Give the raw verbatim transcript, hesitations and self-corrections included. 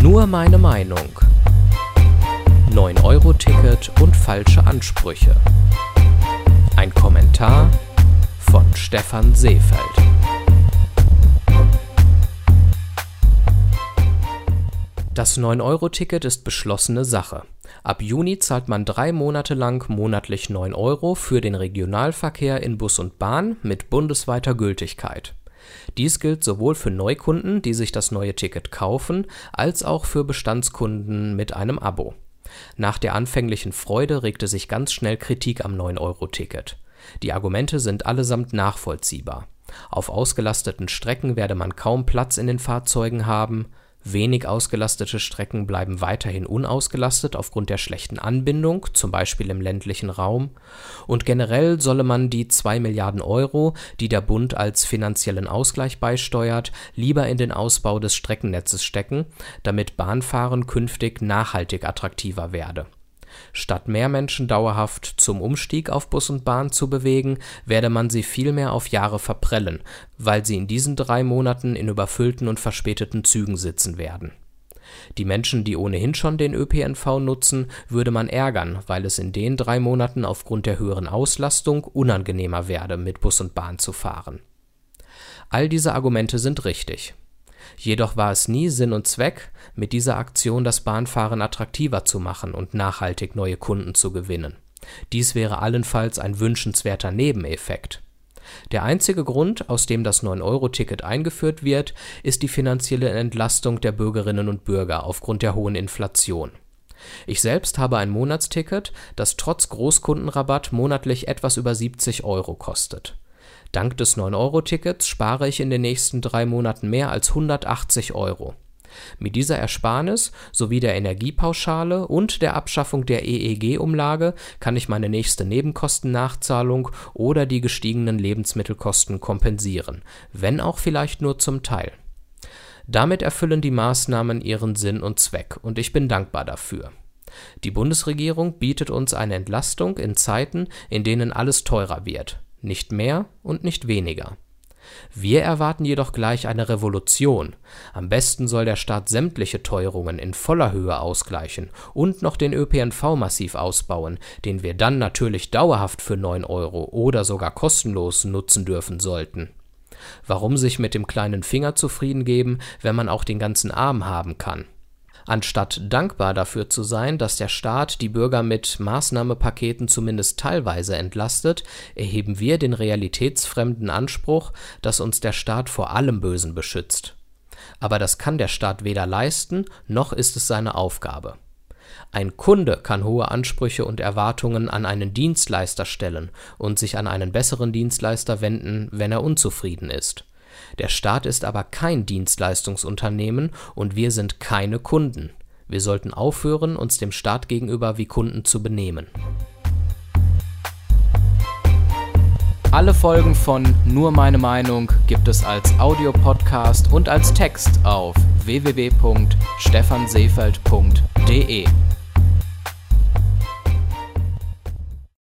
Nur meine Meinung. neun Euro Ticket und falsche Ansprüche. Ein Kommentar von Stefan Seefeld. Das neun Euro Ticket ist beschlossene Sache. Ab Juni zahlt man drei Monate lang monatlich neun Euro für den Regionalverkehr in Bus und Bahn mit bundesweiter Gültigkeit. Dies gilt sowohl für Neukunden, die sich das neue Ticket kaufen, als auch für Bestandskunden mit einem Abo. Nach der anfänglichen Freude regte sich ganz schnell Kritik am neun Euro Ticket. Die Argumente sind allesamt nachvollziehbar. Auf ausgelasteten Strecken werde man kaum Platz in den Fahrzeugen haben. Wenig ausgelastete Strecken bleiben weiterhin unausgelastet aufgrund der schlechten Anbindung, zum Beispiel im ländlichen Raum. Und generell solle man die zwei Milliarden Euro, die der Bund als finanziellen Ausgleich beisteuert, lieber in den Ausbau des Streckennetzes stecken, damit Bahnfahren künftig nachhaltig attraktiver werde. Statt mehr Menschen dauerhaft zum Umstieg auf Bus und Bahn zu bewegen, werde man sie vielmehr auf Jahre verprellen, weil sie in diesen drei Monaten in überfüllten und verspäteten Zügen sitzen werden. Die Menschen, die ohnehin schon den Ö P N V nutzen, würde man ärgern, weil es in den drei Monaten aufgrund der höheren Auslastung unangenehmer werde, mit Bus und Bahn zu fahren. All diese Argumente sind richtig. Jedoch war es nie Sinn und Zweck, mit dieser Aktion das Bahnfahren attraktiver zu machen und nachhaltig neue Kunden zu gewinnen. Dies wäre allenfalls ein wünschenswerter Nebeneffekt. Der einzige Grund, aus dem das neun Euro Ticket eingeführt wird, ist die finanzielle Entlastung der Bürgerinnen und Bürger aufgrund der hohen Inflation. Ich selbst habe ein Monatsticket, das trotz Großkundenrabatt monatlich etwas über siebzig Euro kostet. Dank des neun Euro Tickets spare ich in den nächsten drei Monaten mehr als hundertachtzig Euro. Mit dieser Ersparnis sowie der Energiepauschale und der Abschaffung der E E G-Umlage kann ich meine nächste Nebenkostennachzahlung oder die gestiegenen Lebensmittelkosten kompensieren, wenn auch vielleicht nur zum Teil. Damit erfüllen die Maßnahmen ihren Sinn und Zweck und ich bin dankbar dafür. Die Bundesregierung bietet uns eine Entlastung in Zeiten, in denen alles teurer wird. Nicht mehr und nicht weniger. Wir erwarten jedoch gleich eine Revolution. Am besten soll der Staat sämtliche Teuerungen in voller Höhe ausgleichen und noch den Ö P N V massiv ausbauen, den wir dann natürlich dauerhaft für neun Euro oder sogar kostenlos nutzen dürfen sollten. Warum sich mit dem kleinen Finger zufrieden geben, wenn man auch den ganzen Arm haben kann? Anstatt dankbar dafür zu sein, dass der Staat die Bürger mit Maßnahmepaketen zumindest teilweise entlastet, erheben wir den realitätsfremden Anspruch, dass uns der Staat vor allem Bösen beschützt. Aber das kann der Staat weder leisten, noch ist es seine Aufgabe. Ein Kunde kann hohe Ansprüche und Erwartungen an einen Dienstleister stellen und sich an einen besseren Dienstleister wenden, wenn er unzufrieden ist. Der Staat ist aber kein Dienstleistungsunternehmen und wir sind keine Kunden. Wir sollten aufhören, uns dem Staat gegenüber wie Kunden zu benehmen. Alle Folgen von Nur meine Meinung gibt es als Audiopodcast und als Text auf w w w punkt stefan seefeld punkt d e.